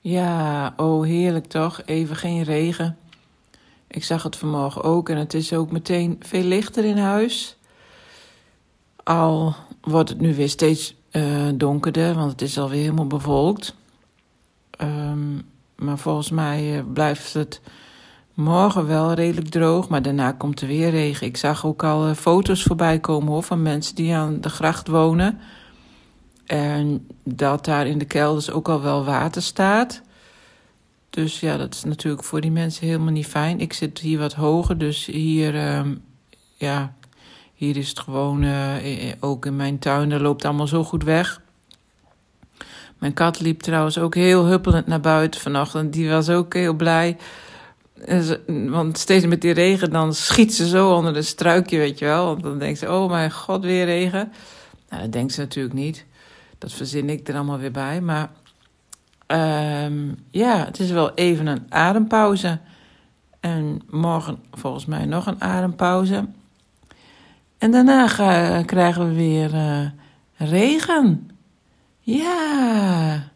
Ja, oh heerlijk toch? Even geen regen. Ik zag het vanmorgen ook en het is ook meteen veel lichter in huis. Al wordt het nu weer steeds donkerder, want het is alweer helemaal bewolkt. Maar volgens mij blijft het morgen wel redelijk droog, maar daarna komt er weer regen. Ik zag ook al foto's voorbij komen hoor, van mensen die aan de gracht wonen. En dat daar in de kelders ook al wel water staat. Dus ja, dat is natuurlijk voor die mensen helemaal niet fijn. Ik zit hier wat hoger, dus hier is het gewoon, ook in mijn tuin, dat loopt allemaal zo goed weg. Mijn kat liep trouwens ook heel huppelend naar buiten vanochtend. Die was ook heel blij. Want steeds met die regen, dan schiet ze zo onder een struikje, weet je wel. Want dan denkt ze, oh mijn god, weer regen. Nou, dat denkt ze natuurlijk niet. Dat verzin ik er allemaal weer bij. Maar het is wel even een adempauze. En morgen volgens mij nog een adempauze. En daarna krijgen we weer regen. Ja.